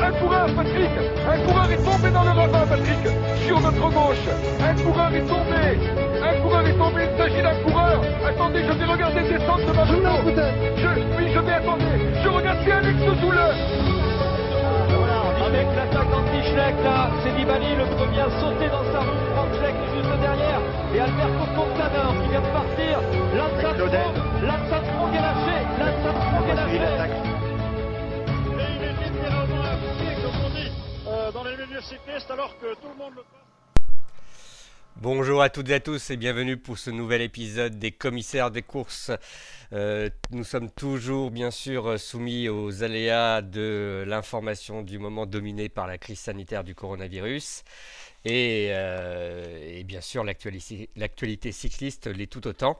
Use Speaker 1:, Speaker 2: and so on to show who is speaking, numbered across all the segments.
Speaker 1: un coureur, Patrick. Un coureur est tombé dans le ravin, Patrick, sur notre gauche. Un coureur est tombé. Un coureur est tombé. Il s'agit d'un coureur. Attendez, je vais regarder descendre de ma moto. Oui, je vais attendre. Je regarde si Alex Zoule.
Speaker 2: Voilà, avec l'attaque d'Anti-Schleck, là, c'est Nibali, le premier à sauter dans sa roue. Franck Schleck est juste derrière. Et Alberto Contador qui vient de partir. Lance Armstrong est lâché. Lance Armstrong est lâché.
Speaker 3: Dans les milieux cyclistes alors que tout le monde le fait.
Speaker 4: Bonjour à toutes et à tous et bienvenue pour ce nouvel épisode des commissaires des courses. Nous sommes toujours bien sûr soumis aux aléas de l'information du moment dominée par la crise sanitaire du coronavirus et bien sûr l'actualité cycliste l'est tout autant.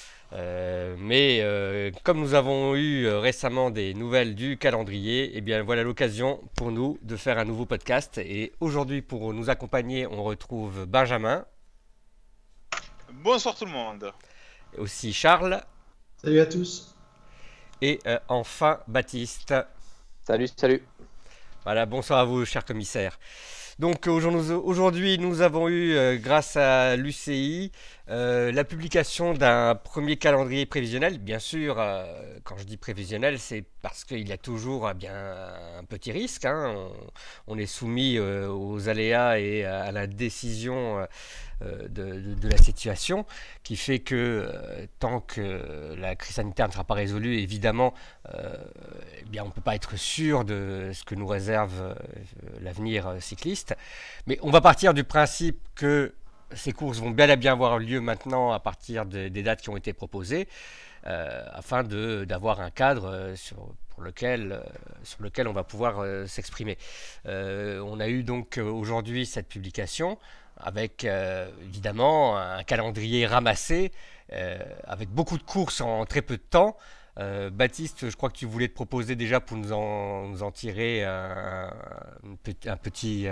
Speaker 4: Mais comme nous avons eu récemment des nouvelles du calendrier, eh bien voilà l'occasion pour nous de faire un nouveau podcast. Et aujourd'hui, pour nous accompagner, on retrouve Benjamin.
Speaker 5: Bonsoir tout le monde.
Speaker 4: Aussi Charles.
Speaker 6: Salut à tous.
Speaker 4: Et enfin Baptiste.
Speaker 7: Salut.
Speaker 4: Voilà, bonsoir à vous, chers commissaires. Donc aujourd'hui, nous avons eu, grâce à l'UCI, la publication d'un premier calendrier prévisionnel. Bien sûr, quand je dis prévisionnel, c'est parce qu'il y a toujours bien un petit risque. On est soumis aux aléas et à la décision de la situation, qui fait que tant que la crise sanitaire ne sera pas résolue, évidemment, on ne peut pas être sûr de ce que nous réserve l'avenir cycliste. Mais on va partir du principe que ces courses vont bel et bien avoir lieu maintenant à partir des dates qui ont été proposées, afin d'avoir un cadre sur lequel on va pouvoir s'exprimer. On a eu donc aujourd'hui cette publication avec évidemment un calendrier ramassé, avec beaucoup de courses en très peu de temps. Baptiste, je crois que tu voulais te proposer déjà pour nous en tirer un petit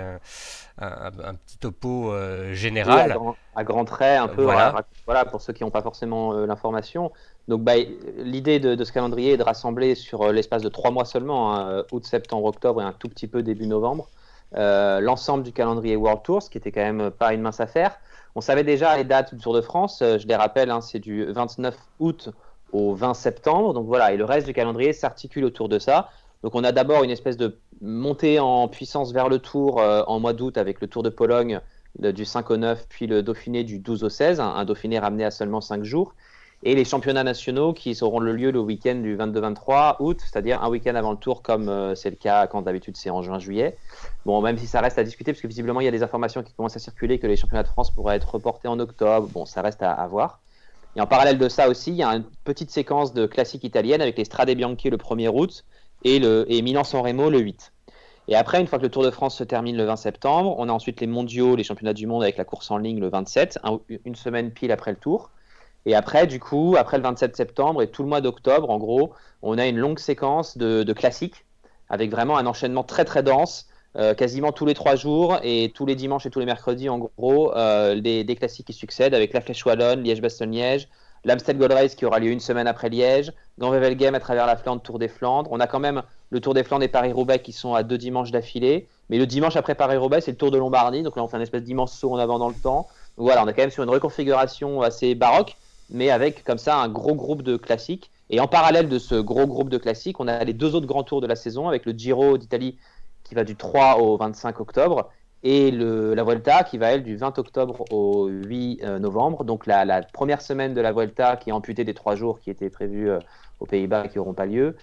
Speaker 4: topo général.
Speaker 7: Oui, à grands traits, un peu, voilà, pour ceux qui n'ont pas forcément l'information. Donc l'idée de ce calendrier est de rassembler sur l'espace de 3 mois seulement, août, septembre, octobre et un tout petit peu début novembre, l'ensemble du calendrier World Tour, ce qui était quand même pas une mince affaire. On savait déjà les dates du Tour de France, je les rappelle, c'est du 29 août au 20 septembre, donc voilà, et le reste du calendrier s'articule autour de ça. Donc on a d'abord une espèce de montée en puissance vers le Tour en mois d'août avec le Tour de Pologne du 5 au 9, puis le Dauphiné du 12 au 16, un Dauphiné ramené à seulement 5 jours, et les championnats nationaux qui auront le lieu le week-end du 22-23 août, c'est-à-dire un week-end avant le Tour, comme c'est le cas quand d'habitude c'est en juin-juillet. Bon, même si ça reste à discuter, parce que visiblement il y a des informations qui commencent à circuler, que les championnats de France pourraient être reportés en octobre, bon, ça reste à voir. Et en parallèle de ça aussi, il y a une petite séquence de classiques italiennes avec les Strade Bianche le 1er août et Milan-San Remo le 8. Et après, une fois que le Tour de France se termine le 20 septembre, on a ensuite les mondiaux, les championnats du monde avec la course en ligne le 27, une semaine pile après le Tour. Et après, du coup, après le 27 septembre et tout le mois d'octobre, en gros, on a une longue séquence de classiques avec vraiment un enchaînement très très dense, quasiment tous les 3 jours et tous les dimanches et tous les mercredis, en gros, des classiques qui succèdent avec la Flèche Wallonne, Liège-Bastogne-Liège, l'Amstel Gold Race qui aura lieu une semaine après Liège, Gand-Wevelgem à travers la Flandre, Tour des Flandres. On a quand même le Tour des Flandres et Paris-Roubaix qui sont à 2 dimanches d'affilée, mais le dimanche après Paris-Roubaix, c'est le Tour de Lombardie, donc là on fait un espèce d'immense saut en avant dans le temps. Donc voilà, on est quand même sur une reconfiguration assez baroque, mais avec comme ça un gros groupe de classiques. Et en parallèle de ce gros groupe de classiques, on a les 2 autres grands tours de la saison avec le Giro d'Italie qui va du 3 au 25 octobre et la Vuelta qui va, elle, du 20 octobre au 8 novembre. Donc la première semaine de la Vuelta qui est amputée des 3 jours qui étaient prévus aux Pays-Bas et qui n'auront pas lieu.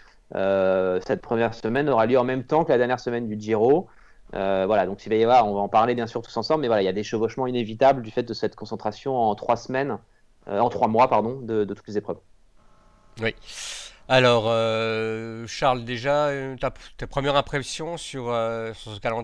Speaker 7: Cette première semaine aura lieu en même temps que la dernière semaine du Giro. Voilà, donc il va y avoir, on va en parler bien sûr tous ensemble, mais voilà, il y a des chevauchements inévitables du fait de cette concentration en 3 mois de toutes les épreuves.
Speaker 4: Oui. Alors, Charles, déjà, ta première impression sur ce calendrier ?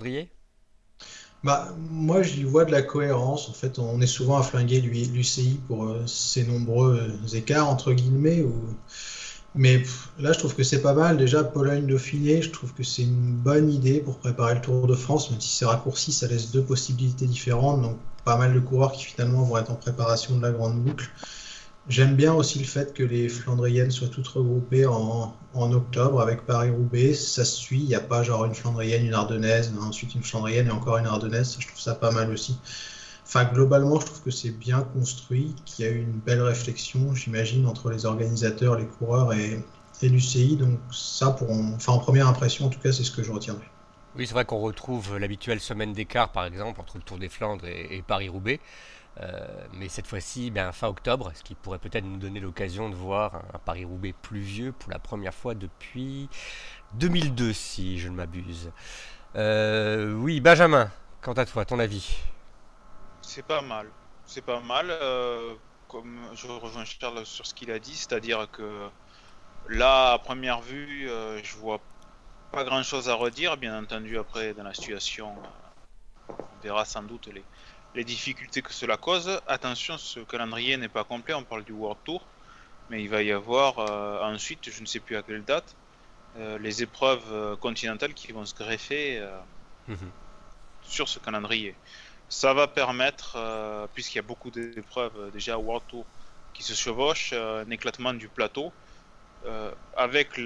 Speaker 6: Moi, je vois de la cohérence. En fait, on est souvent à flinguer l'UCI pour ses nombreux écarts, entre guillemets. Mais là, je trouve que c'est pas mal. Déjà, Pologne-Dauphiné, je trouve que c'est une bonne idée pour préparer le Tour de France, même si c'est raccourci, ça laisse 2 possibilités différentes. Donc, pas mal de coureurs qui finalement vont être en préparation de la grande boucle. J'aime bien aussi le fait que les Flandriennes soient toutes regroupées en octobre avec Paris-Roubaix. Ça se suit, il n'y a pas genre une Flandrienne, une Ardennaise, ensuite une Flandrienne et encore une Ardennaise. Je trouve ça pas mal aussi. Enfin, globalement, je trouve que c'est bien construit, qu'il y a eu une belle réflexion, j'imagine, entre les organisateurs, les coureurs et l'UCI. Donc ça, en première impression, en tout cas, c'est ce que je retiendrai.
Speaker 4: Oui, c'est vrai qu'on retrouve l'habituelle semaine d'écart, par exemple, entre le Tour des Flandres et Paris-Roubaix. Mais cette fois-ci, fin octobre, ce qui pourrait peut-être nous donner l'occasion de voir un Paris-Roubaix pluvieux pour la première fois depuis 2002, si je ne m'abuse. Oui, Benjamin, quant à toi, ton avis?
Speaker 3: C'est pas mal. C'est pas mal. Comme je rejoins Charles sur ce qu'il a dit, c'est-à-dire que là, à première vue, je vois pas grand-chose à redire. Bien entendu, après, dans la situation, on verra sans doute les difficultés que cela cause. Attention, ce calendrier n'est pas complet, on parle du World Tour, mais il va y avoir ensuite, je ne sais plus à quelle date, les épreuves continentales qui vont se greffer sur ce calendrier. Ça va permettre, puisqu'il y a beaucoup d'épreuves déjà au World Tour qui se chevauchent, un éclatement du plateau, avec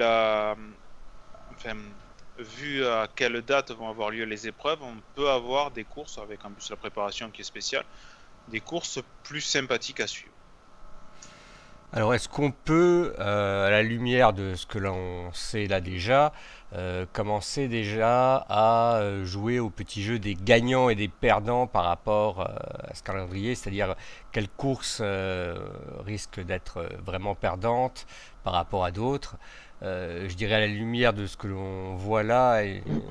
Speaker 3: vu à quelle date vont avoir lieu les épreuves, on peut avoir des courses, avec en plus la préparation qui est spéciale, des courses plus sympathiques à suivre.
Speaker 4: Alors est-ce qu'on peut, à la lumière de ce que l'on sait là déjà, commencer déjà à jouer au petit jeu des gagnants et des perdants par rapport à ce calendrier, c'est-à-dire quelles courses risquent d'être vraiment perdantes par rapport à d'autres? Je dirais à la lumière de ce que l'on voit là,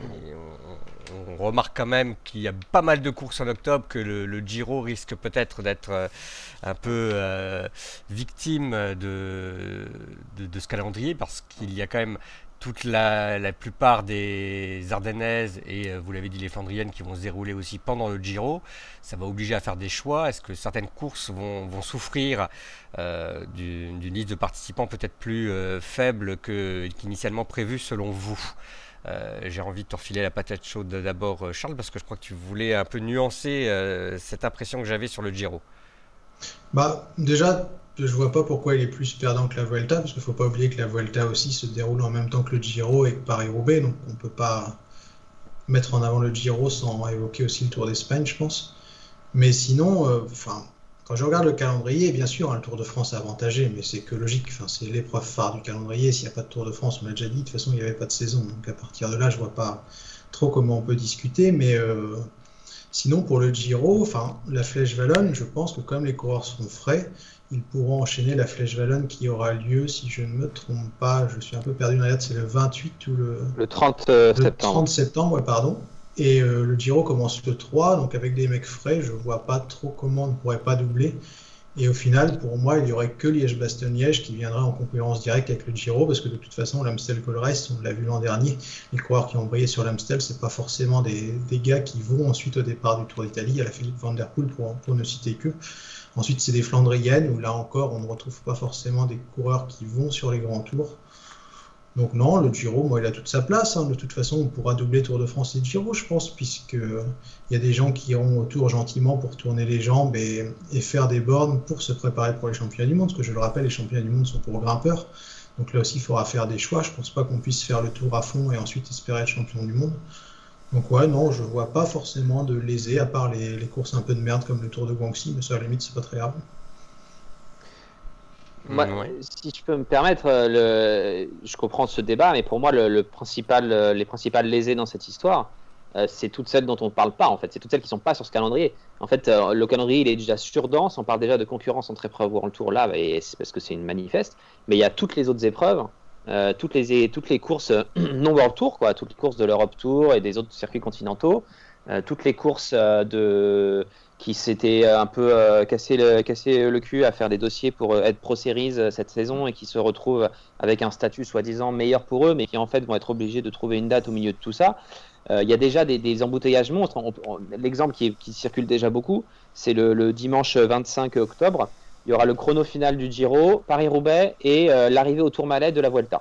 Speaker 4: on remarque quand même qu'il y a pas mal de courses en octobre, que le Giro risque peut-être d'être un peu victime de ce calendrier, parce qu'il y a quand même toute la plupart des Ardennaises et vous l'avez dit, les Flandriennes qui vont se dérouler aussi pendant le Giro. Ça va obliger à faire des choix. Est-ce que certaines courses vont souffrir d'une liste de participants peut-être plus faible qu'initialement prévue selon vous? J'ai envie de te refiler la patate chaude d'abord, Charles, parce que je crois que tu voulais un peu nuancer cette impression que j'avais sur le Giro.
Speaker 6: Déjà, je vois pas pourquoi il est plus perdant que la Vuelta, parce qu'il faut pas oublier que la Vuelta aussi se déroule en même temps que le Giro et que Paris-Roubaix, donc on peut pas mettre en avant le Giro sans évoquer aussi le Tour d'Espagne, je pense. Mais sinon, quand je regarde le calendrier, bien sûr, le Tour de France est avantagé, mais c'est que logique. C'est l'épreuve phare du calendrier. S'il n'y a pas de Tour de France, on l'a déjà dit, de toute façon, il n'y avait pas de saison. Donc à partir de là, je vois pas trop comment on peut discuter. Mais sinon, pour le Giro, la Flèche Wallonne, je pense que comme les coureurs seront frais, ils pourront enchaîner la Flèche Wallonne qui aura lieu, si je ne me trompe pas, je suis un peu perdu dans la date, c'est le 28 ou le
Speaker 7: 30
Speaker 6: le
Speaker 7: septembre.
Speaker 6: 30 septembre, pardon. Et le Giro commence le 3, donc avec des mecs frais, je vois pas trop comment on ne pourrait pas doubler. Et au final, pour moi, il n'y aurait que Liège-Bastogne-Liège qui viendrait en concurrence directe avec le Giro, parce que de toute façon, l'Amstel Gold Race, on l'a vu l'an dernier, les coureurs qui ont brillé sur l'Amstel, c'est pas forcément des gars qui vont ensuite au départ du Tour d'Italie. Il y a la Philippe Van Der Poel pour ne citer que. Ensuite, c'est des Flandriennes, où là encore, on ne retrouve pas forcément des coureurs qui vont sur les grands tours. Donc non, le Giro, moi, il a toute sa place. De toute façon, on pourra doubler Tour de France et Giro, je pense, puisqu'il y a des gens qui iront autour gentiment pour tourner les jambes et faire des bornes pour se préparer pour les championnats du monde. Parce que je le rappelle, les championnats du monde sont pour grimpeurs. Donc là aussi, il faudra faire des choix. Je ne pense pas qu'on puisse faire le tour à fond et ensuite espérer être champion du monde. Donc ouais, non, je vois pas forcément de lésé, à part les courses un peu de merde comme le Tour de Guangxi, mais ça, à la limite, c'est pas très grave.
Speaker 7: Moi, si je peux me permettre, je comprends ce débat, mais pour moi, les principales lésées dans cette histoire, c'est toutes celles dont on ne parle pas, en fait. C'est toutes celles qui ne sont pas sur ce calendrier. En fait, le calendrier, il est déjà surdense. On parle déjà de concurrence entre épreuves World Tour là, et c'est parce que c'est une manifeste. Mais il y a toutes les autres épreuves, toutes les courses non World Tour, quoi, toutes les courses de l'Europe Tour et des autres circuits continentaux, toutes les courses qui s'étaient un peu cassé le cul à faire des dossiers pour être Pro Series cette saison et qui se retrouvent avec un statut soi-disant meilleur pour eux, mais qui en fait vont être obligés de trouver une date au milieu de tout ça. Il y a déjà des embouteillages monstres. L'exemple qui circule déjà beaucoup, c'est le dimanche 25 octobre. Il y aura le chrono final du Giro, Paris-Roubaix et l'arrivée au Tourmalet de la Vuelta.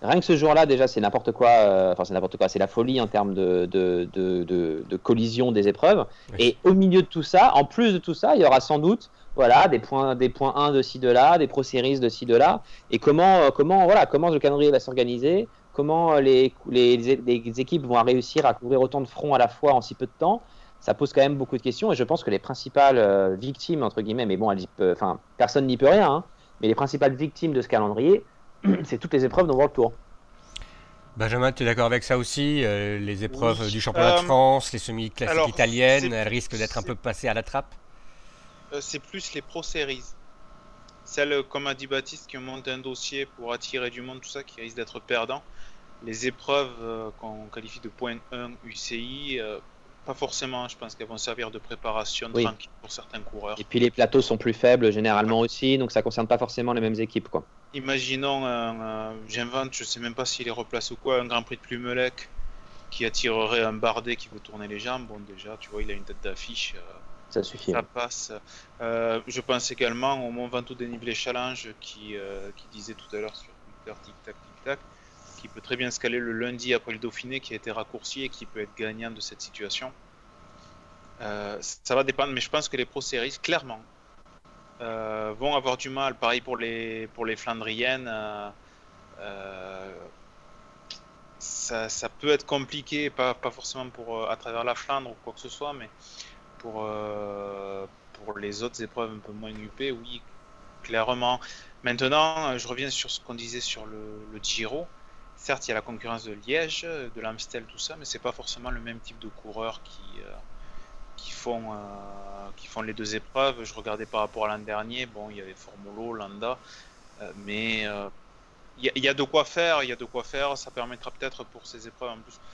Speaker 7: Rien que ce jour-là, déjà, c'est n'importe quoi. Enfin, c'est n'importe quoi. C'est la folie en termes de collision des épreuves. Oui. Et au milieu de tout ça, en plus de tout ça, il y aura sans doute des points 1 de ci, de là, des Pro Series de ci, de là. Et comment le calendrier va s'organiser, comment les équipes vont réussir à couvrir autant de fronts à la fois en si peu de temps. Ça pose quand même beaucoup de questions. Et je pense que les principales victimes, entre guillemets, mais bon, personne n'y peut rien, hein, mais les principales victimes de ce calendrier, c'est toutes les épreuves dans World Tour.
Speaker 4: Benjamin, tu es d'accord avec ça aussi? Les épreuves du championnat de France, les semi-classiques italiennes, elles risquent d'être un peu passées à la trappe?
Speaker 3: C'est plus les Pro Series. Celles, comme a dit Baptiste, qui ont monté un dossier pour attirer du monde, tout ça, qui risquent d'être perdants. Les épreuves qu'on qualifie de point 1 UCI, pas forcément, je pense qu'elles vont servir de préparation tranquille pour certains coureurs.
Speaker 7: Et puis les plateaux sont plus faibles généralement aussi, donc ça ne concerne pas forcément les mêmes équipes, quoi.
Speaker 3: Imaginons, j'invente, je sais même pas s'il est replace ou quoi, un Grand Prix de Plumelec qui attirerait un Bardet qui veut tourner les jambes. Bon, déjà, tu vois, il a une tête d'affiche.
Speaker 7: Ça suffit.
Speaker 3: Ça passe. Je pense également au Mont Ventoux Dénivelé Challenge qui disait tout à l'heure sur Twitter, tic-tac, qui peut très bien se caler le lundi après le Dauphiné, qui a été raccourci et qui peut être gagnant de cette situation. Ça va dépendre, mais je pense que les Pro Series, clairement, vont avoir du mal. Pareil pour les Flandriennes. Ça peut être compliqué, pas forcément à travers la Flandre ou quoi que ce soit, mais pour les autres épreuves un peu moins UP, oui, clairement. Maintenant, je reviens sur ce qu'on disait sur le Giro. Certes, il y a la concurrence de Liège, de l'Amstel, tout ça, mais c'est pas forcément le même type de coureurs qui font les deux épreuves. Je regardais par rapport à l'an dernier, bon, il y avait Formolo, Landa, mais il y a de quoi faire, ça permettra peut-être pour ces épreuves en plus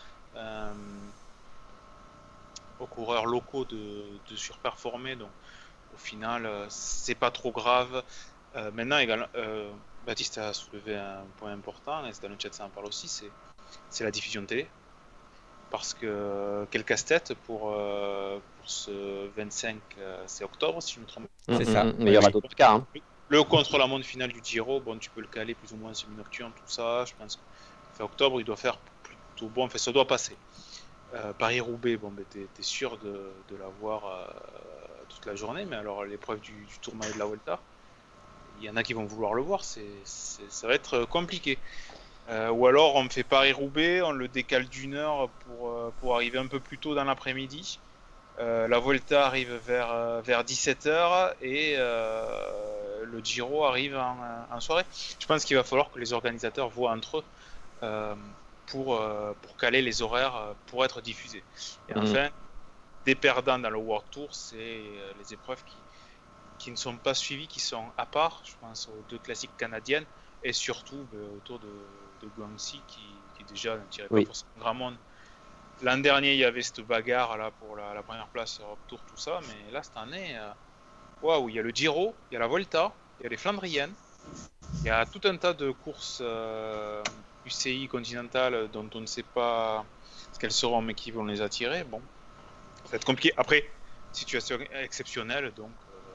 Speaker 3: aux coureurs locaux de surperformer, donc au final c'est pas trop grave. Maintenant également, Baptiste a soulevé un point important, et dans le chat ça en parle aussi, c'est la diffusion de télé. Parce que quel casse-tête pour ce 25, c'est octobre si je me trompe.
Speaker 7: C'est ça, mais il y aura d'autres cas. Hein.
Speaker 3: Le contre-la-montre final du Giro, bon, tu peux le caler plus ou moins semi-nocturne, tout ça. Je pense que octobre, il doit faire plutôt bon, enfin ça doit passer. Paris-Roubaix, bon, t'es sûr de l'avoir toute la journée, mais alors l'épreuve du Tourmalet de la Vuelta, il y en a qui vont vouloir le voir, ça va être compliqué. Ou alors on fait Paris-Roubaix, on le décale d'une heure pour arriver un peu plus tôt dans l'après-midi. La Vuelta arrive vers 17h et le Giro arrive en soirée. Je pense qu'il va falloir que les organisateurs voient entre eux pour caler les horaires pour être diffusés. Et enfin, des perdants dans le World Tour, c'est les épreuves qui ne sont pas suivies, qui sont à part. Je pense aux deux classiques canadiennes et surtout autour de Guangxi qui déjà ne tirait pas forcément grand monde. L'an dernier, il y avait cette bagarre là pour la première place Europe Tour, tout ça, mais là cette année, waouh, il y a le Giro, il y a la Vuelta, il y a les Flandriennes, il y a tout un tas de courses UCI continentales dont on ne sait pas ce qu'elles seront, mais qui vont les attirer. Bon, ça va être compliqué. Après, situation exceptionnelle, donc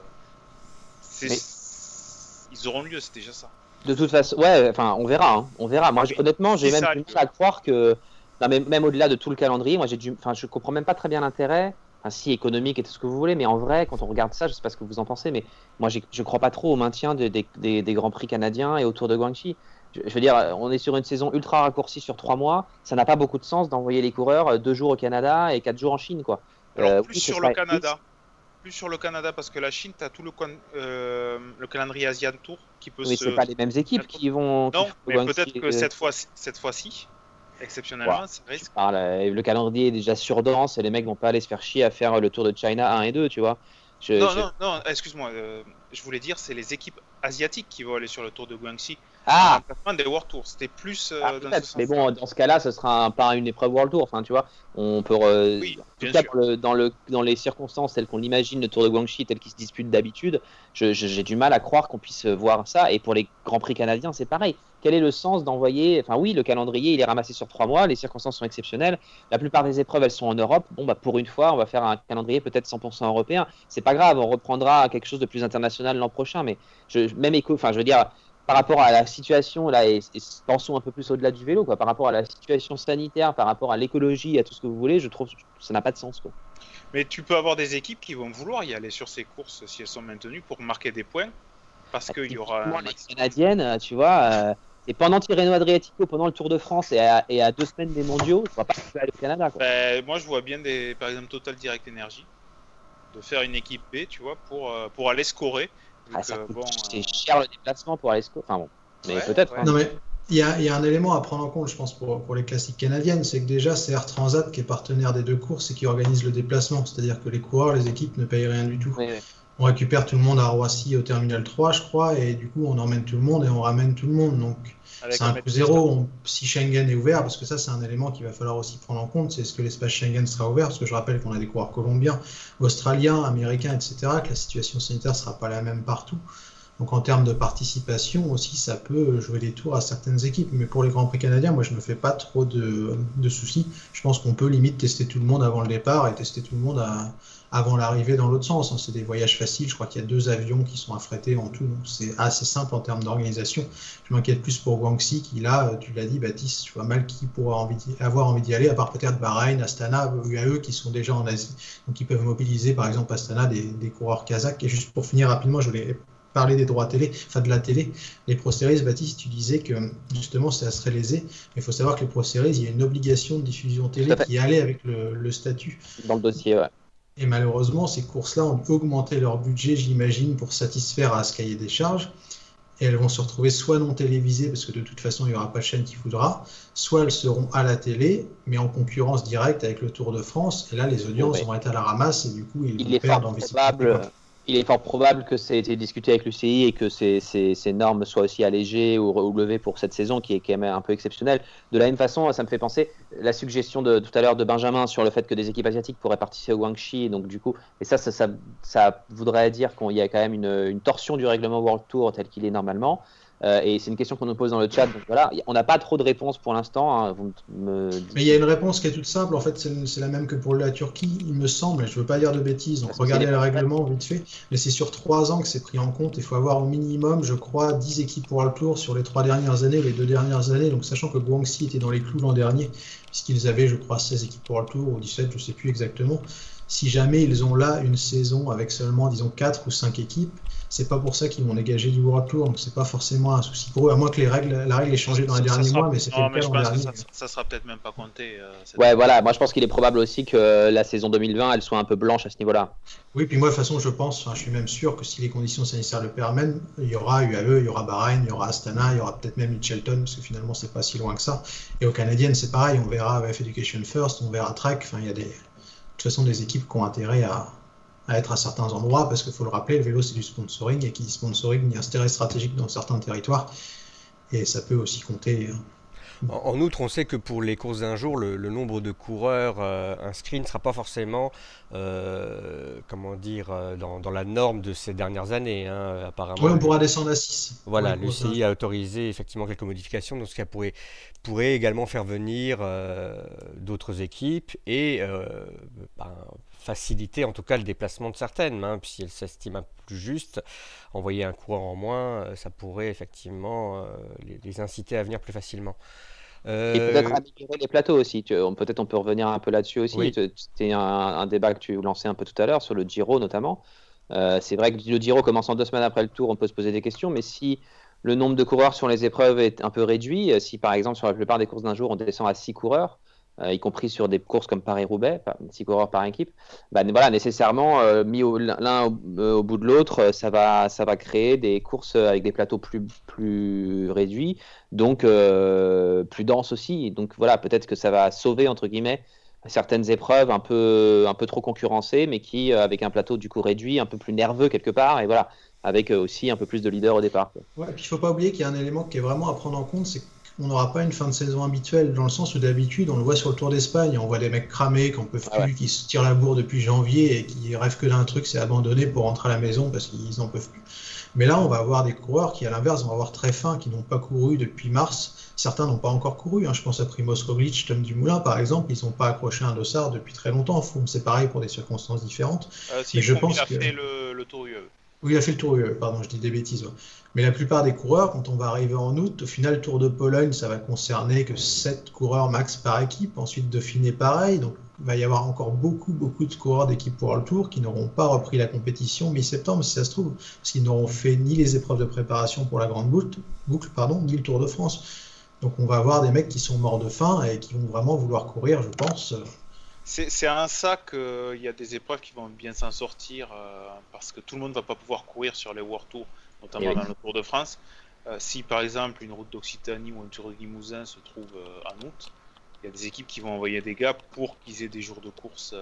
Speaker 3: ils auront lieu, c'est déjà ça.
Speaker 7: De toute façon, ouais, enfin, on verra. Moi, honnêtement, j'ai même du mal à croire que, non, même au-delà de tout le calendrier, moi, je comprends même pas très bien l'intérêt, si économique et tout ce que vous voulez, mais en vrai, quand on regarde ça, je sais pas ce que vous en pensez, mais moi, je crois pas trop au maintien des grands prix canadiens et autour de Guangxi. Je veux dire, on est sur une saison ultra raccourcie sur 3 mois, ça n'a pas beaucoup de sens d'envoyer les coureurs 2 jours au Canada et 4 jours en Chine, quoi.
Speaker 3: Alors, plus sur le Canada, parce que la Chine, tu as tout le calendrier Asian Tour qui peut
Speaker 7: c'est pas les mêmes équipes qui vont.
Speaker 3: Non, mais peut-être que cette fois-ci, exceptionnellement, ça risque.
Speaker 7: Le calendrier est déjà surdense et les mecs vont pas aller se faire chier à faire le Tour de China 1 et 2, tu vois.
Speaker 3: Non, excuse-moi, je voulais dire, c'est les équipes asiatiques qui vont aller sur le Tour de Guangxi.
Speaker 7: Ah,
Speaker 3: des World Tours, c'était plus
Speaker 7: mais bon, dans ce cas-là, ce sera pas une épreuve World Tour. Enfin, tu vois, on peut.
Speaker 3: Oui,
Speaker 7: en tout cas, dans les circonstances telles qu'on l'imagine, le Tour de Guangxi tel qu'il se dispute d'habitude, j'ai du mal à croire qu'on puisse voir ça. Et pour les Grands Prix canadiens, c'est pareil. Quel est le sens d'envoyer. Enfin, oui, le calendrier, il est ramassé sur 3 mois, les circonstances sont exceptionnelles. La plupart des épreuves, elles sont en Europe. Bon, bah, pour une fois, on va faire un calendrier peut-être 100% européen. C'est pas grave, on reprendra quelque chose de plus international l'an prochain. Mais je veux dire. par rapport à la situation, là, et pensons un peu plus au-delà du vélo, quoi, par rapport à la situation sanitaire, par rapport à l'écologie, à tout ce que vous voulez, je trouve que ça n'a pas de sens, quoi.
Speaker 3: Mais tu peux avoir des équipes qui vont vouloir y aller sur ces courses si elles sont maintenues pour marquer des points, parce qu'il y aura un
Speaker 7: les Canadiennes, tu vois, et pendant Tirreno Adriatico, pendant le Tour de France et à 2 semaines des mondiaux, je vois pas que tu peux aller au Canada, quoi.
Speaker 3: Moi, je vois bien par exemple Total Direct Energy de faire une équipe B, tu vois, pour aller scorer.
Speaker 7: C'est cher le déplacement pour aller scorer. Enfin bon, mais peut-être.
Speaker 6: Non mais il y a un élément à prendre en compte, je pense, pour les classiques canadiennes, c'est que déjà c'est Air Transat qui est partenaire des 2 courses et qui organise le déplacement, c'est-à-dire que les coureurs, les équipes ne payent rien du tout. Oui. On récupère tout le monde à Roissy au terminal 3, je crois, et du coup on emmène tout le monde et on ramène tout le monde, donc c'est un coût zéro si Schengen est ouvert, parce que ça c'est un élément qu'il va falloir aussi prendre en compte, c'est est-ce que l'espace Schengen sera ouvert, parce que je rappelle qu'on a des coureurs colombiens, australiens, américains, etc., que la situation sanitaire ne sera pas la même partout. Donc en termes de participation aussi, ça peut jouer des tours à certaines équipes. Mais pour les Grands Prix canadiens, moi je ne me fais pas trop de soucis. Je pense qu'on peut limite tester tout le monde avant le départ et tester tout le monde avant l'arrivée dans l'autre sens. C'est des voyages faciles, je crois qu'il y a 2 avions qui sont affrétés en tout. Donc c'est assez simple en termes d'organisation. Je m'inquiète plus pour Guangxi qui là, tu l'as dit Baptiste, je vois mal qui pourra avoir envie d'y aller, à part peut-être Bahreïn, Astana, UAE qui sont déjà en Asie. Donc ils peuvent mobiliser par exemple Astana des coureurs kazakhs. Et juste pour finir rapidement, je voulais parler des droits télé, enfin de la télé. Les Pro Series, Baptiste, tu disais que justement ça serait lésé, mais il faut savoir que les Pro Series, il y a une obligation de diffusion télé qui allait avec le statut.
Speaker 7: Dans le dossier, ouais.
Speaker 6: Et malheureusement, ces courses-là ont augmenté leur budget, j'imagine, pour satisfaire à ce cahier des charges. Et elles vont se retrouver soit non télévisées, parce que de toute façon, il n'y aura pas de chaîne qui voudra, soit elles seront à la télé, mais en concurrence directe avec le Tour de France. Et là, les audiences vont être à la ramasse, et du coup, ils vont perdre en visibilité.
Speaker 7: Il est fort probable que ça ait été discuté avec l'UCI et que ces normes soient aussi allégées ou relevées pour cette saison qui est quand même un peu exceptionnelle. De la même façon, ça me fait penser la suggestion de tout à l'heure de Benjamin sur le fait que des équipes asiatiques pourraient participer au Guangxi. Donc du coup, et ça voudrait dire qu'il y a quand même une torsion du règlement World Tour tel qu'il est normalement. Et c'est une question qu'on nous pose dans le chat. Donc voilà, on n'a pas trop de réponses pour l'instant. Hein.
Speaker 6: Mais il y a une réponse qui est toute simple. En fait, c'est la même que pour la Turquie, il me semble. Je ne veux pas dire de bêtises. Donc regardez le règlement vite fait. Mais c'est sur 3 ans que c'est pris en compte. Il faut avoir au minimum, je crois, 10 équipes pour le Tour sur les 3 dernières années, les 2 dernières années. Donc sachant que Guangxi était dans les clous l'an dernier, puisqu'ils avaient, je crois, 16 équipes pour le Tour ou 17, je ne sais plus exactement. Si jamais ils ont là une saison avec seulement, disons, 4 ou 5 équipes, c'est pas pour ça qu'ils vont dégager du World Tour, donc c'est pas forcément un souci pour eux, à moins que la règle ait changé dans les derniers mois, mais c'était le cas l'an dernier.
Speaker 3: Ça sera peut-être même pas compté.
Speaker 7: Ouais, voilà, moi je pense qu'il est probable aussi que la saison 2020, elle soit un peu blanche à ce niveau-là.
Speaker 6: Oui, puis moi de toute façon, je suis même sûr que si les conditions sanitaires le permettent, il y aura UAE, il y aura Bahreïn, il y aura Astana, il y aura peut-être même Mitchelton, parce que finalement c'est pas si loin que ça. Et aux Canadiennes, c'est pareil, on verra AF Education First, on verra Trek, enfin il y a de toute façon des équipes qui ont intérêt à être à certains endroits, parce qu'il faut le rappeler, le vélo c'est du sponsoring, et qui dit sponsoring, il y a un intérêt stratégique dans certains territoires, et ça peut aussi compter.
Speaker 4: En outre, on sait que pour les courses d'un jour, le nombre de coureurs inscrits ne sera pas forcément dans la norme de ces dernières années. Hein, apparemment.
Speaker 6: Oui, on pourra descendre à 6.
Speaker 4: Voilà, l'UCI a autorisé effectivement quelques modifications, donc ce qui pourrait également faire venir d'autres équipes et faciliter en tout cas le déplacement de certaines, hein, si elles s'estiment un peu plus juste. Envoyer un coureur en moins, ça pourrait effectivement les inciter à venir plus facilement.
Speaker 7: Et peut-être améliorer les plateaux aussi. Peut-être on peut revenir un peu là-dessus aussi. Oui. C'était un débat que tu lançais un peu tout à l'heure sur le Giro notamment. C'est vrai que le Giro commençant 2 semaines après le Tour, on peut se poser des questions, mais si le nombre de coureurs sur les épreuves est un peu réduit, si par exemple sur la plupart des courses d'un jour on descend à 6 coureurs, y compris sur des courses comme Paris-Roubaix, 6 coureurs par équipe, voilà, nécessairement mis l'un au bout de l'autre, ça va créer des courses avec des plateaux plus réduits, donc plus denses aussi. Donc voilà, peut-être que ça va sauver entre guillemets certaines épreuves un peu trop concurrencées, mais qui avec un plateau du coup réduit, un peu plus nerveux quelque part, et voilà, avec aussi un peu plus de leaders au départ.
Speaker 6: Ouais, et puis il faut pas oublier qu'il y a un élément qui est vraiment à prendre en compte, c'est on n'aura pas une fin de saison habituelle, dans le sens où d'habitude on le voit sur le Tour d'Espagne, on voit des mecs cramés qui n'en peuvent plus, qui se tirent la bourre depuis janvier et qui rêvent que d'un truc, c'est abandonner pour rentrer à la maison parce qu'ils n'en peuvent plus. Mais là on va avoir des coureurs qui à l'inverse vont avoir très faim, qui n'ont pas couru depuis mars. Certains n'ont pas encore couru, hein. Je pense à Primož Roglič, Tom Dumoulin par exemple, ils n'ont pas accroché un dossard depuis très longtemps. C'est pareil pour des circonstances différentes.
Speaker 3: Mais je pense qu'il a fait le Tour UAE.
Speaker 6: Oui, il a fait le tour, pardon, je dis des bêtises. Ouais. Mais la plupart des coureurs, quand on va arriver en août, au final, le Tour de Pologne, ça va concerner que 7 coureurs max par équipe. Ensuite, Dauphiné, pareil. Donc, il va y avoir encore beaucoup de coureurs d'équipe pour le Tour qui n'auront pas repris la compétition mi-septembre, si ça se trouve. Parce qu'ils n'auront fait ni les épreuves de préparation pour la grande boucle, ni le Tour de France. Donc, on va avoir des mecs qui sont morts de faim et qui vont vraiment vouloir courir, je pense.
Speaker 3: C'est en ça qu'il y a des épreuves qui vont bien s'en sortir parce que tout le monde ne va pas pouvoir courir sur les World Tour, notamment dans le Tour de France. Si par exemple une route d'Occitanie ou un Tour de Limousin se trouve en août, il y a des équipes qui vont envoyer des gars pour qu'ils aient des jours de course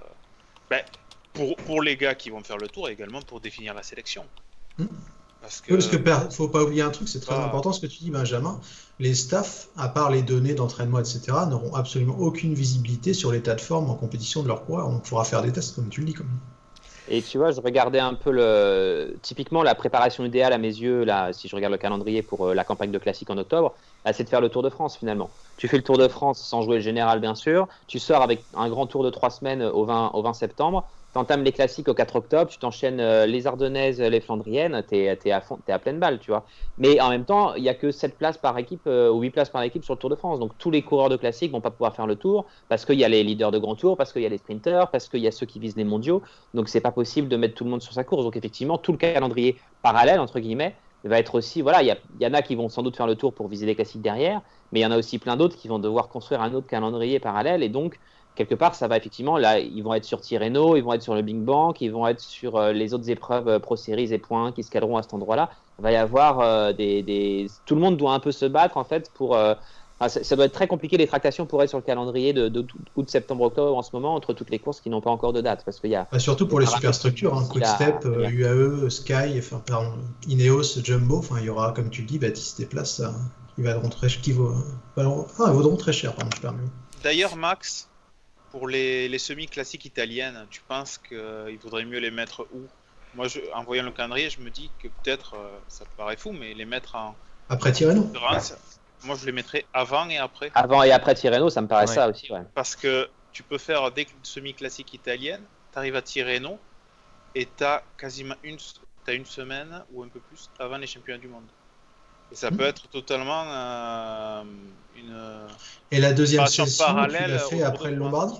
Speaker 3: pour les gars qui vont faire le tour et également pour définir la sélection.
Speaker 6: Parce que faut pas oublier un truc, c'est très important ce que tu dis, Benjamin. Les staffs, à part les données d'entraînement, etc., n'auront absolument aucune visibilité sur l'état de forme en compétition de leurs coureurs. Donc, il faudra faire des tests, comme tu le dis.
Speaker 7: Et tu vois, je regardais un peu typiquement la préparation idéale à mes yeux, là, si je regarde le calendrier pour la campagne de classique en octobre, c'est de faire le Tour de France finalement. Tu fais le Tour de France sans jouer le général, bien sûr. Tu sors avec un grand tour de 3 semaines au 20 septembre. Tu entames les classiques au 4 octobre, tu t'enchaînes les Ardennaises, les Flandriennes, t'es à fond, t'es à pleine balle, tu vois. Mais en même temps, il n'y a que 7 places par équipe ou 8 places par équipe sur le Tour de France. Donc tous les coureurs de classique vont pas pouvoir faire le tour parce qu'il y a les leaders de grand tour, parce qu'il y a les sprinters, parce qu'il y a ceux qui visent les mondiaux. Donc c'est pas possible de mettre tout le monde sur sa course. Donc effectivement, tout le calendrier parallèle, entre guillemets, va être aussi, voilà, il y en a qui vont sans doute faire le tour pour viser les classiques derrière, mais il y en a aussi plein d'autres qui vont devoir construire un autre calendrier parallèle et donc quelque part, ça va effectivement, là, ils vont être sur Tirreno, ils vont être sur le Big Bang, ils vont être sur les autres épreuves Pro Series et points qui se caleront à cet endroit-là. Il va y avoir tout le monde doit un peu se battre, en fait, pour... ça doit être très compliqué, les tractations pour être sur le calendrier de août, septembre, octobre en ce moment, entre toutes les courses qui n'ont pas encore de date. Parce qu'il y a,
Speaker 6: surtout pour les superstructures, Quick-Step, UAE, Sky, Ineos, Jumbo, il y aura, comme tu le dis, Baptiste, des places qui vaudront très cher. Pardon, je permets.
Speaker 3: D'ailleurs, Max, pour les semi-classiques italiennes, tu penses qu'il vaudrait mieux les mettre où? Moi, en voyant le calendrier, je me dis que peut-être, ça paraît fou, mais les mettre
Speaker 6: après Tirreno.
Speaker 3: Moi, je les mettrais avant et après.
Speaker 7: Avant et après Tirreno, ça me paraît ça aussi, ouais.
Speaker 3: Parce que tu peux faire dès que semi-classique italienne, tu arrives à Tirreno et tu as quasiment une semaine ou un peu plus avant les championnats du monde. Et ça peut être totalement une.
Speaker 6: Et la deuxième session, tu l'as fait après le Lombardie?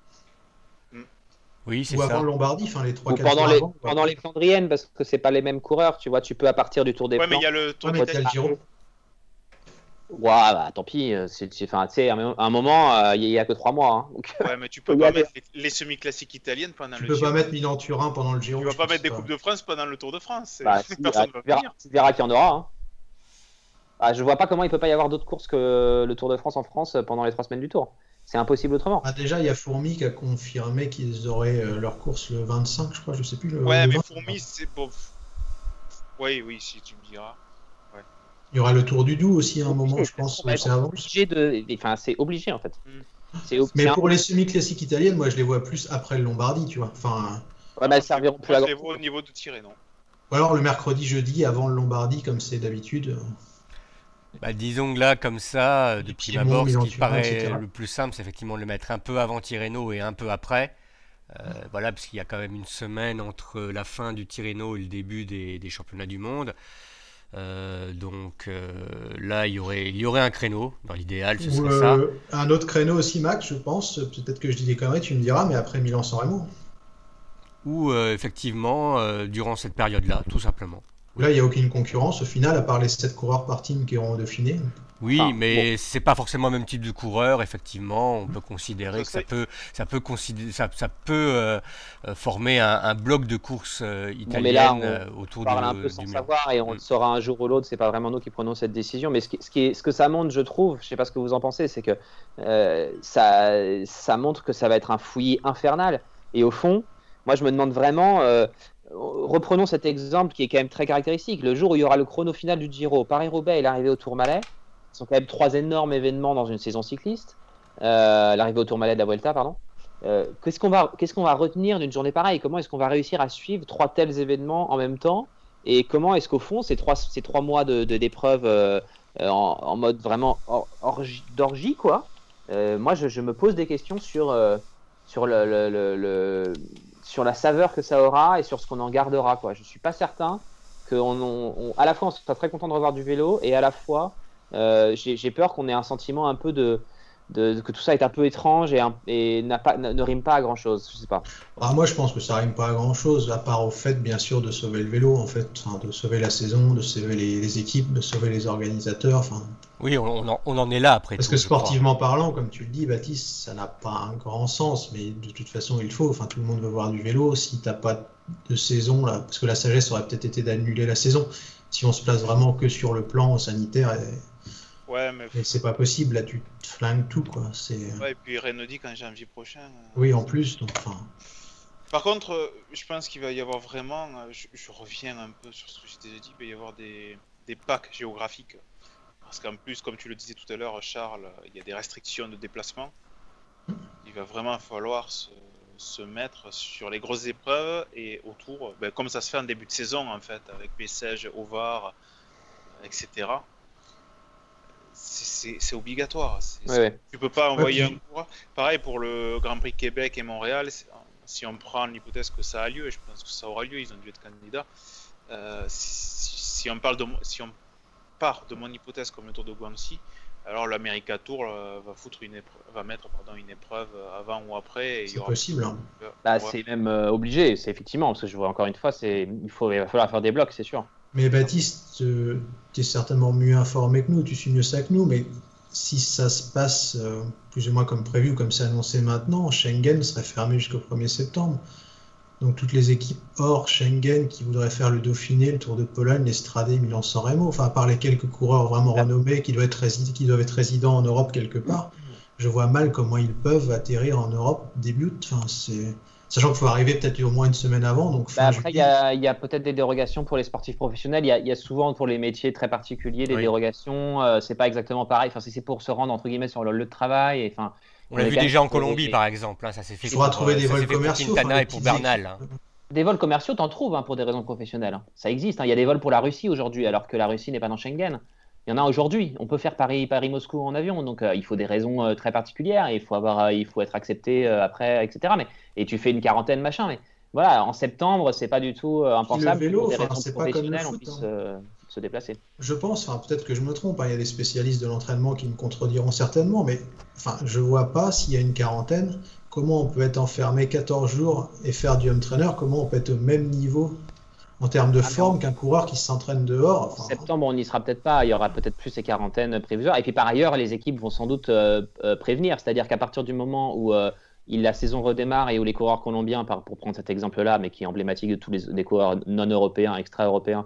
Speaker 4: Oui, c'est
Speaker 6: ça. Ou avant le Lombardie, les 3-4 jours
Speaker 7: pendant les Flandriennes, parce que c'est pas les mêmes coureurs, tu vois, tu peux à partir du Tour des Flandres.
Speaker 3: Ouais, mais il y a le Tour
Speaker 6: des Giro.
Speaker 7: Ouais, tant pis, à un moment, il n'y a que 3 mois. Hein, donc...
Speaker 3: Ouais, mais tu peux pas mettre les semi-classiques italiennes pendant le Giro.
Speaker 6: Tu peux pas mettre Milan-Turin pendant le Giro.
Speaker 3: Tu vas pas mettre des Coupes de France pendant le Tour de France.
Speaker 7: Tu verras qu'il y en aura. Hein. Je vois pas comment il peut pas y avoir d'autres courses que le Tour de France en France pendant les 3 semaines du Tour. C'est impossible autrement.
Speaker 6: Déjà, il y a Fourmi qui a confirmé qu'ils auraient leur course le 25, je crois, je sais plus.
Speaker 3: Ouais, mais Fourmi, c'est bon. Oui, si tu me diras. Ouais.
Speaker 6: Il y aura le Tour du Doubs aussi à un moment, je pense.
Speaker 7: C'est obligé en fait.
Speaker 6: Mais pour les semi-classiques italiennes, moi je les vois plus après le Lombardie, tu vois.
Speaker 7: Elles serviront plus à
Speaker 3: je les vois au niveau de Tirreno.
Speaker 6: Ou alors le mercredi, jeudi, avant le Lombardie, comme c'est d'habitude.
Speaker 4: Disons que là, comme ça, de prime abord, ce qui paraît
Speaker 6: etc.
Speaker 4: le plus simple, c'est effectivement de le mettre un peu avant Tirreno et un peu après. Voilà, parce qu'il y a quand même une semaine entre la fin du Tirreno et le début des championnats du monde. Donc là, il y aurait un créneau, dans l'idéal, ce serait ça.
Speaker 6: Un autre créneau aussi, Max, je pense. Peut-être que je dis des conneries, tu me diras, mais après Milan-San Remo.
Speaker 4: Ou effectivement, durant cette période-là, tout simplement.
Speaker 6: Là, il n'y a aucune concurrence au final, à part les 7 coureurs par team qui auront Dauphiné.
Speaker 4: Oui, mais c'est pas forcément le même type de coureur. Effectivement, on peut considérer que ça peut former un bloc de course italienne autour
Speaker 7: on parle un peu sans savoir et on le saura un jour ou l'autre. C'est pas vraiment nous qui prenons cette décision, mais ce que ça montre, je trouve, je sais pas ce que vous en pensez, c'est que ça montre que ça va être un fouillis infernal. Et au fond, moi, je me demande vraiment. Reprenons cet exemple qui est quand même très caractéristique. Le jour où il y aura le chrono final du Giro, Paris-Roubaix et l'arrivée au Tourmalet, ce sont quand même 3 énormes événements dans une saison cycliste. L'arrivée au Tourmalet de la Vuelta, pardon. Qu'est-ce qu'on va retenir d'une journée pareille? Comment est-ce qu'on va réussir à suivre 3 tels événements en même temps? Et comment est-ce qu'au fond, ces 3 mois d'épreuve en mode vraiment d'orgie, quoi. Moi, je me pose des questions sur sur la saveur que ça aura et sur ce qu'on en gardera, quoi. Je suis pas certain que à la fois on soit très content de revoir du vélo et à la fois j'ai peur qu'on ait un sentiment un peu que tout ça est un peu étrange et ne rime pas à grand chose. Je sais pas.
Speaker 6: Moi, je pense que ça rime pas à grand chose, à part au fait, bien sûr, de sauver le vélo, en fait, enfin, de sauver la saison, de sauver les équipes, de sauver les organisateurs. Enfin.
Speaker 4: Oui, on en est là après.
Speaker 6: Parce que sportivement parlant, comme tu le dis, Baptiste, ça n'a pas un grand sens, mais de toute façon, il faut. Enfin, tout le monde veut voir du vélo. Si t'as pas de saison là, parce que la sagesse aurait peut-être été d'annuler la saison. Si on se place vraiment que sur le plan sanitaire.
Speaker 3: Ouais, mais
Speaker 6: c'est pas possible, là tu te flingues tout, quoi.
Speaker 3: Ouais, et puis Renaud dit qu'en janvier prochain.
Speaker 6: Oui, en plus, donc enfin.
Speaker 3: Par contre, je pense qu'il va y avoir vraiment, je reviens un peu sur ce que j'ai déjà dit, il va y avoir des packs géographiques. Parce qu'en plus, comme tu le disais tout à l'heure, Charles, il y a des restrictions de déplacement. Il va vraiment falloir se mettre sur les grosses épreuves et autour, comme ça se fait en début de saison en fait, avec Bessèges, Ovar, etc. C'est obligatoire.
Speaker 7: Ouais.
Speaker 3: Tu peux pas envoyer un coureur. Pareil pour le Grand Prix Québec et Montréal. Si on prend l'hypothèse que ça a lieu, et je pense que ça aura lieu, ils ont dû être candidats. Si on part de mon hypothèse comme le Tour de Guangxi, alors l'America Tour va mettre une épreuve avant ou après.
Speaker 6: C'est possible. Hein.
Speaker 7: C'est même obligé. C'est effectivement parce que je vois encore une fois, il va falloir faire des blocs, c'est sûr.
Speaker 6: Mais Baptiste, tu es certainement mieux informé que nous, tu suis mieux ça que nous, mais si ça se passe plus ou moins comme prévu ou comme c'est annoncé maintenant, Schengen serait fermé jusqu'au 1er septembre. Donc toutes les équipes hors Schengen qui voudraient faire le Dauphiné, le Tour de Pologne, l'Estrade, Milan-San Remo, enfin à part les quelques coureurs vraiment renommés qui doivent être résidents en Europe quelque part, je vois mal comment ils peuvent atterrir en Europe début août. Enfin, sachant qu'il faut arriver peut-être au moins une semaine avant. Donc
Speaker 7: après, il y a peut-être des dérogations pour les sportifs professionnels. Il y a souvent pour les métiers très particuliers des dérogations. C'est pas exactement pareil. Enfin, c'est pour se rendre entre guillemets sur le lieu de travail. Et, enfin,
Speaker 4: on l'a vu déjà en Colombie, par exemple. Là, ça s'est fait.
Speaker 6: Il faudra trouver des vols commerciaux.
Speaker 4: Pour Quintana et pour Bernal.
Speaker 7: Des vols commerciaux, t'en trouves pour des raisons professionnelles. Ça existe. Il y a des vols pour la Russie aujourd'hui, alors que la Russie n'est pas dans Schengen. Il y en a aujourd'hui. On peut faire Paris-Moscou en avion. Donc, il faut des raisons très particulières. Et il faut être accepté après, etc. Et tu fais une quarantaine, machin. Mais voilà, en septembre, c'est pas du tout impensable.
Speaker 6: Le vélo,
Speaker 7: que pour des raisons
Speaker 6: c'est pas comme le
Speaker 7: professionnelles,
Speaker 6: foot,
Speaker 7: on puisse se déplacer.
Speaker 6: Je pense, peut-être que je me trompe. Il y a des spécialistes de l'entraînement qui me contrediront certainement. Mais je vois pas s'il y a une quarantaine. Comment on peut être enfermé 14 jours et faire du home trainer? Comment on peut être au même niveau en termes de forme qu'un coureur qui s'entraîne dehors?
Speaker 7: En septembre, on n'y sera peut-être pas. Il y aura peut-être plus ces quarantaines prévues. Et puis par ailleurs, les équipes vont sans doute prévenir. C'est-à-dire qu'à partir du moment où la saison redémarre et où les coureurs colombiens, pour prendre cet exemple-là, mais qui est emblématique de tous les coureurs non-européens, extra-européens,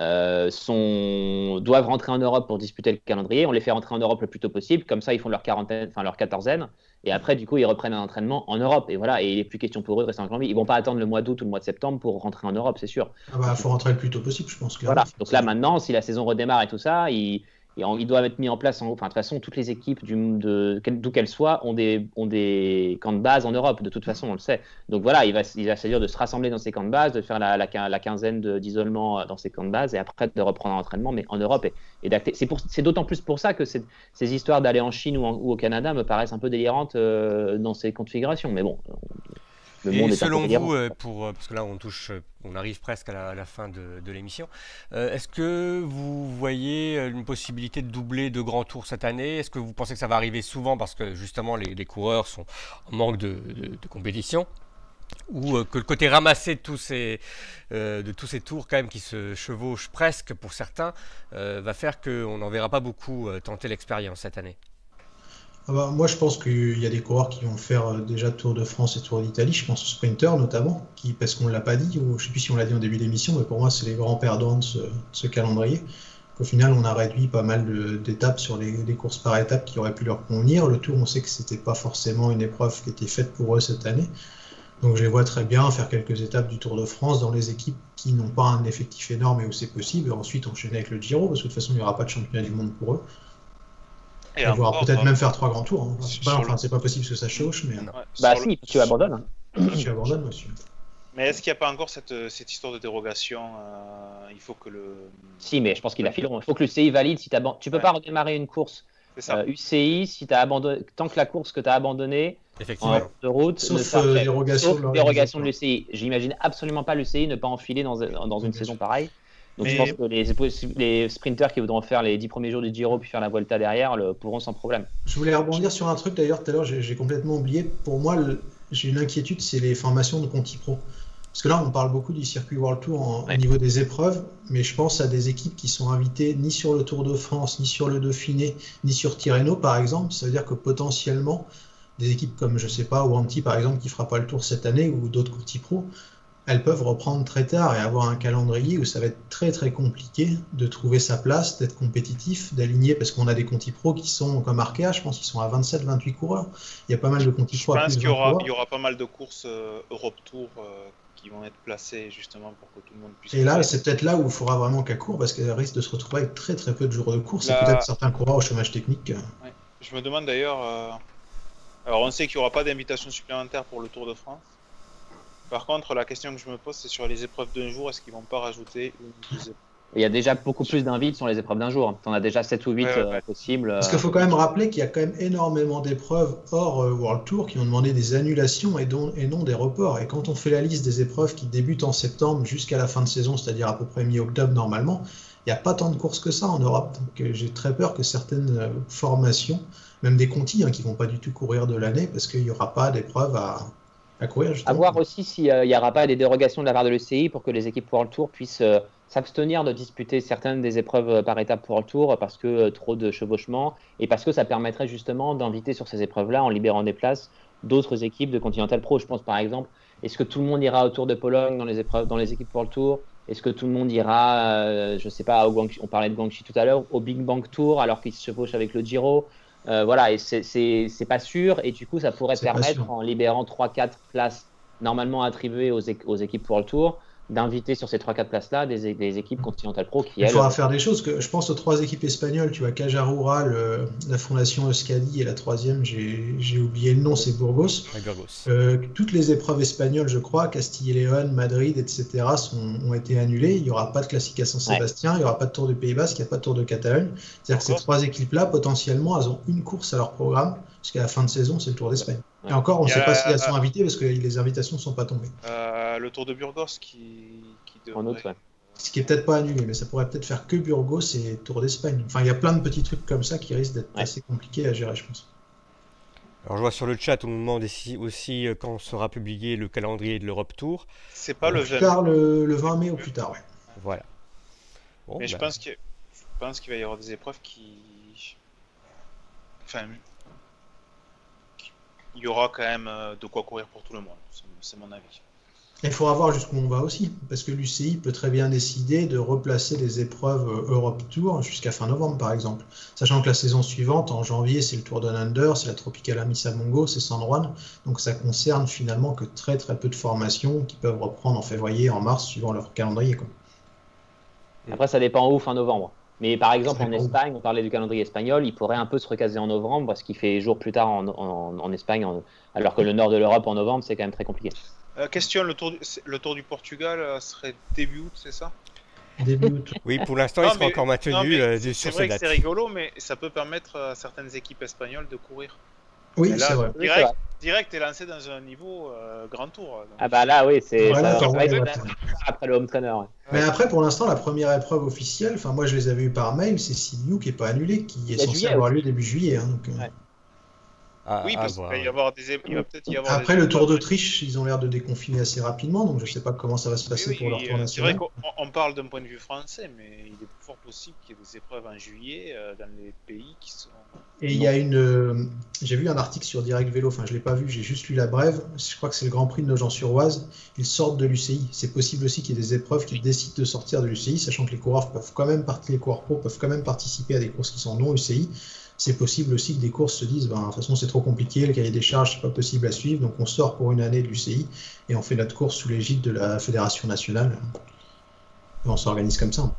Speaker 7: doivent rentrer en Europe pour disputer le calendrier, on les fait rentrer en Europe le plus tôt possible. Comme ça, ils font leur quatorzaine. Et après, du coup, ils reprennent un entraînement en Europe. Et voilà, et il n'est plus question pour eux de rester en Colombie. Ils ne vont pas attendre le mois d'août ou le mois de septembre pour rentrer en Europe, c'est sûr.
Speaker 6: Il faut rentrer le plus tôt possible, je pense.
Speaker 7: Voilà. Donc là, maintenant, si la saison redémarre et tout ça, ils doivent être mis en place. De toute façon, toutes les équipes, d'où qu'elles soient, ont des camps de base en Europe. De toute façon, on le sait. Donc voilà, il va s'agir de se rassembler dans ces camps de base, de faire la quinzaine d'isolement dans ces camps de base et après de reprendre un entraînement, mais en Europe et d'acter. C'est d'autant plus pour ça que ces histoires d'aller en Chine ou au Canada me paraissent un peu délirantes dans ces configurations. Mais bon.
Speaker 4: Et selon vous, parce que là on arrive presque à la fin de l'émission, est-ce que vous voyez une possibilité de doubler de grands tours cette année? Est-ce que vous pensez que ça va arriver souvent parce que justement les coureurs sont en manque de compétition? Ou que le côté ramassé de tous ces tours quand même qui se chevauchent presque pour certains va faire qu'on n'en verra pas beaucoup tenter l'expérience cette année?
Speaker 6: Moi, je pense qu'il y a des coureurs qui vont faire déjà Tour de France et Tour d'Italie. Je pense aux sprinters notamment, parce qu'on ne l'a pas dit, ou je ne sais plus si on l'a dit en début d'émission, mais pour moi, c'est les grands perdants de ce calendrier. Au final, on a réduit pas mal d'étapes sur les courses par étapes qui auraient pu leur convenir. Le Tour, on sait que ce n'était pas forcément une épreuve qui était faite pour eux cette année. Donc je les vois très bien faire quelques étapes du Tour de France dans les équipes qui n'ont pas un effectif énorme et où c'est possible. Et ensuite, enchaîner avec le Giro, parce que de toute façon, il n'y aura pas de championnat du monde pour eux. Et voire peut-être même faire 3 grands tours. Hein. C'est pas possible que ça chauche, mais.
Speaker 7: Si, tu abandonnes.
Speaker 6: Tu abandonnes, monsieur.
Speaker 3: Mais est-ce qu'il n'y a pas encore cette histoire de dérogation Il faut que le.
Speaker 7: Si, mais je pense qu'ils la fileront. Il faut que le CI valide. Si tu peux pas redémarrer une course UCI, si tu as abandonné, tant que la course que tu as abandonnée en de route,
Speaker 6: sauf dérogation
Speaker 7: de l'UCI. J'imagine absolument pas l'UCI ne pas enfiler dans une saison pareille. Donc je pense que les sprinters qui voudront faire les 10 premiers jours du Giro puis faire la Vuelta derrière pourront sans problème.
Speaker 6: Je voulais rebondir sur un truc d'ailleurs, tout à l'heure j'ai complètement oublié. Pour moi, j'ai une inquiétude, c'est les formations de Conti Pro. Parce que là, on parle beaucoup du circuit World Tour au niveau des épreuves, mais je pense à des équipes qui sont invitées ni sur le Tour de France, ni sur le Dauphiné, ni sur Tirreno, par exemple. Ça veut dire que potentiellement, des équipes comme, je sais pas, Wanty, par exemple, qui fera pas le Tour cette année, ou d'autres Conti Pro, elles peuvent reprendre très tard et avoir un calendrier où ça va être très très compliqué de trouver sa place, d'être compétitif, d'aligner, parce qu'on a des Conti Pro qui sont comme Arkea, je pense qu'ils sont à 27-28 coureurs. Il y a pas mal de Conti Pro à plus de 20 coureurs.
Speaker 3: Il y aura pas mal de courses Europe Tour qui vont être placées justement pour que tout le monde puisse...
Speaker 6: Et là, c'est peut-être là où il faudra vraiment qu'elle court, parce qu'elle risque de se retrouver avec très très peu de jours de course, et peut-être certains coureurs au chômage technique.
Speaker 3: Ouais. Je me demande d'ailleurs... Alors on sait qu'il n'y aura pas d'invitation supplémentaire pour le Tour de France. Par contre, la question que je me pose, c'est sur les épreuves d'un jour, est-ce qu'ils vont pas rajouter une épreuve?
Speaker 7: Il y a déjà beaucoup plus d'invites sur les épreuves d'un jour. Tu en as déjà 7 ou 8 possibles.
Speaker 6: Parce qu'il faut quand même rappeler qu'il y a quand même énormément d'épreuves hors World Tour qui ont demandé des annulations et non des reports. Et quand on fait la liste des épreuves qui débutent en septembre jusqu'à la fin de saison, c'est-à-dire à peu près mi-octobre normalement, il n'y a pas tant de courses que ça en Europe. Donc j'ai très peur que certaines formations, même des Conti, qui ne vont pas du tout courir de l'année, parce qu'il n'y aura pas d'épreuves à courir.
Speaker 7: À voir aussi s'il n'y aura pas des dérogations de la part de l'UCI pour que les équipes World Tour puissent s'abstenir de disputer certaines des épreuves par étapes World Tour parce que trop de chevauchement et parce que ça permettrait justement d'inviter sur ces épreuves-là, en libérant des places, d'autres équipes de Continental Pro. Je pense par exemple, est-ce que tout le monde ira au Tour de Pologne dans les équipes World Tour? Est-ce que tout le monde ira, je ne sais pas, on parlait de Guangxi tout à l'heure, au Big Bang Tour alors qu'il se chevauche avec le Giro? Voilà, et c'est pas sûr, et du coup ça pourrait permettre, en libérant 3-4 places normalement attribuées aux équipes pour le Tour, d'inviter sur ces 3-4 places-là des équipes Continental Pro qui,
Speaker 6: il faudra faire des choses, que je pense aux 3 équipes espagnoles, tu vois, Cajarura, la fondation Euskadi, et la troisième, j'ai oublié le nom, c'est Burgos. Toutes les épreuves espagnoles, je crois, Castille et Léon, Madrid, etc., ont été annulées. Il n'y aura pas de classique à Saint-Sébastien, il n'y aura pas de Tour du Pays Basque, il n'y a pas de Tour de Catalogne. C'est-à-dire que ces 3 équipes-là, potentiellement, elles ont une course à leur programme, jusqu'à la fin de saison, c'est le Tour d'Espagne. Et encore, on ne sait pas si elles sont invitées, parce que les invitations ne sont pas tombées.
Speaker 3: Le Tour de Burgos qui devrait...
Speaker 7: En autre,
Speaker 6: Ce qui est peut-être pas annulé, mais ça pourrait peut-être faire que Burgos et Tour d'Espagne. Enfin, il y a plein de petits trucs comme ça qui risquent d'être assez compliqués à gérer, je pense.
Speaker 4: Alors, je vois sur le chat, on nous demande aussi quand sera publié le calendrier de l'Europe Tour.
Speaker 3: C'est pas le 20 mai.
Speaker 6: Plus tard, le 20 mai au plus tard, ouais.
Speaker 4: Voilà.
Speaker 3: Bon, mais je pense qu'il va y avoir des épreuves qui... Enfin... Il y aura quand même de quoi courir pour tout le monde, c'est mon avis.
Speaker 6: Il faudra voir jusqu'où on va aussi, parce que l'UCI peut très bien décider de replacer les épreuves Europe Tour jusqu'à fin novembre, par exemple. Sachant que la saison suivante, en janvier, c'est le Tour Down Under, c'est la Tropicala Missa-Mongo, c'est San Juan. Donc ça concerne finalement que très très peu de formations qui peuvent reprendre en février, en mars, suivant leur calendrier, quoi.
Speaker 7: Après, ça dépend où fin novembre. Mais par exemple, en Espagne, on parlait du calendrier espagnol, il pourrait un peu se recaser en novembre parce qu'il fait jour plus tard en Espagne, alors que le nord de l'Europe en novembre, c'est quand même très compliqué.
Speaker 3: Question, le tour du Portugal serait début août, c'est ça?
Speaker 6: Début août.
Speaker 4: Oui, pour l'instant, il sera encore maintenu sur
Speaker 3: c'est
Speaker 4: ces
Speaker 3: vrai que
Speaker 4: dates.
Speaker 3: c'est rigolo, mais ça peut permettre à certaines équipes espagnoles de courir.
Speaker 6: Oui, c'est vrai.
Speaker 3: Direct est lancé dans un niveau grand tour. Donc.
Speaker 7: Ah bah là, oui, c'est
Speaker 6: voilà,
Speaker 7: après le home trainer. Ouais.
Speaker 6: Mais après, pour l'instant, la première épreuve officielle, enfin moi je les avais eu par mail, c'est Sibiu qui n'est pas annulé, qui est censé avoir lieu début juillet. Hein, donc,
Speaker 3: oui, parce qu'il va y avoir il va peut-être y avoir.
Speaker 6: Après, le Tour d'Autriche, ils ont l'air de déconfiner assez rapidement, donc je ne sais pas comment ça va se passer pour leur Tour national.
Speaker 3: C'est vrai qu'on parle d'un point de vue français, mais il est fort possible qu'il y ait des épreuves en juillet dans les pays qui sont.
Speaker 6: Et il y a j'ai vu un article sur Direct Vélo, enfin je ne l'ai pas vu, j'ai juste lu la brève, je crois que c'est le Grand Prix de Nogent-sur-Oise, ils sortent de l'UCI. C'est possible aussi qu'il y ait des épreuves qui décident de sortir de l'UCI, sachant que les coureurs peuvent quand même les coureurs pro peuvent quand même participer à des courses qui sont non UCI. C'est possible aussi que des courses se disent, de toute façon c'est trop compliqué, le cahier des charges c'est pas possible à suivre, donc on sort pour une année de l'UCI et on fait notre course sous l'égide de la Fédération nationale. Et on s'organise comme ça.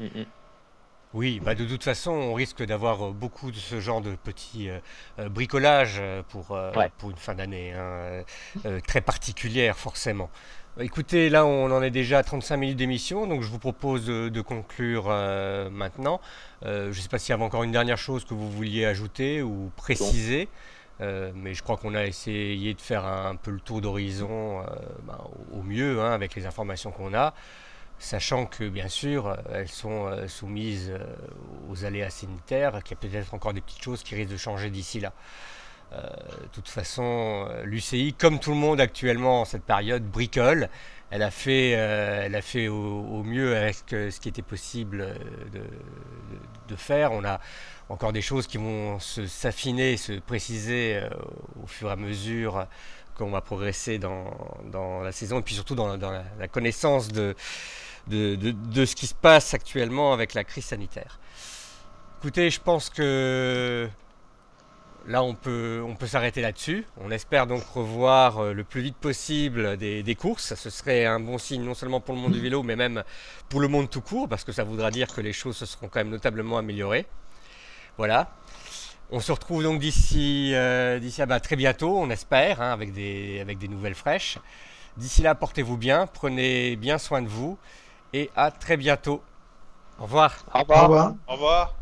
Speaker 4: Oui, bah de toute façon, on risque d'avoir beaucoup de ce genre de petits bricolages pour une fin d'année très particulière, forcément. Écoutez, là on en est déjà à 35 minutes d'émission, donc je vous propose de conclure maintenant. Je ne sais pas s'il y avait encore une dernière chose que vous vouliez ajouter ou préciser, mais je crois qu'on a essayé de faire un peu le tour d'horizon au mieux, hein, avec les informations qu'on a, sachant que bien sûr elles sont soumises aux aléas sanitaires, qu'il y a peut-être encore des petites choses qui risquent de changer d'ici là. De toute façon, l'UCI, comme tout le monde actuellement en cette période, bricole. Elle a fait au mieux avec ce qui était possible de faire. On a encore des choses qui vont s'affiner, se préciser au fur et à mesure qu'on va progresser dans la saison, et puis surtout dans la connaissance de ce qui se passe actuellement avec la crise sanitaire. Écoutez, je pense que là, on peut s'arrêter là-dessus. On espère donc revoir le plus vite possible des courses. Ce serait un bon signe non seulement pour le monde du vélo, mais même pour le monde tout court, parce que ça voudra dire que les choses se seront quand même notablement améliorées. Voilà. On se retrouve donc d'ici à très bientôt, on espère, hein, avec des nouvelles fraîches. D'ici là, portez-vous bien, prenez bien soin de vous, et à très bientôt. Au revoir.
Speaker 7: Au revoir.
Speaker 6: Au revoir.
Speaker 3: Au revoir.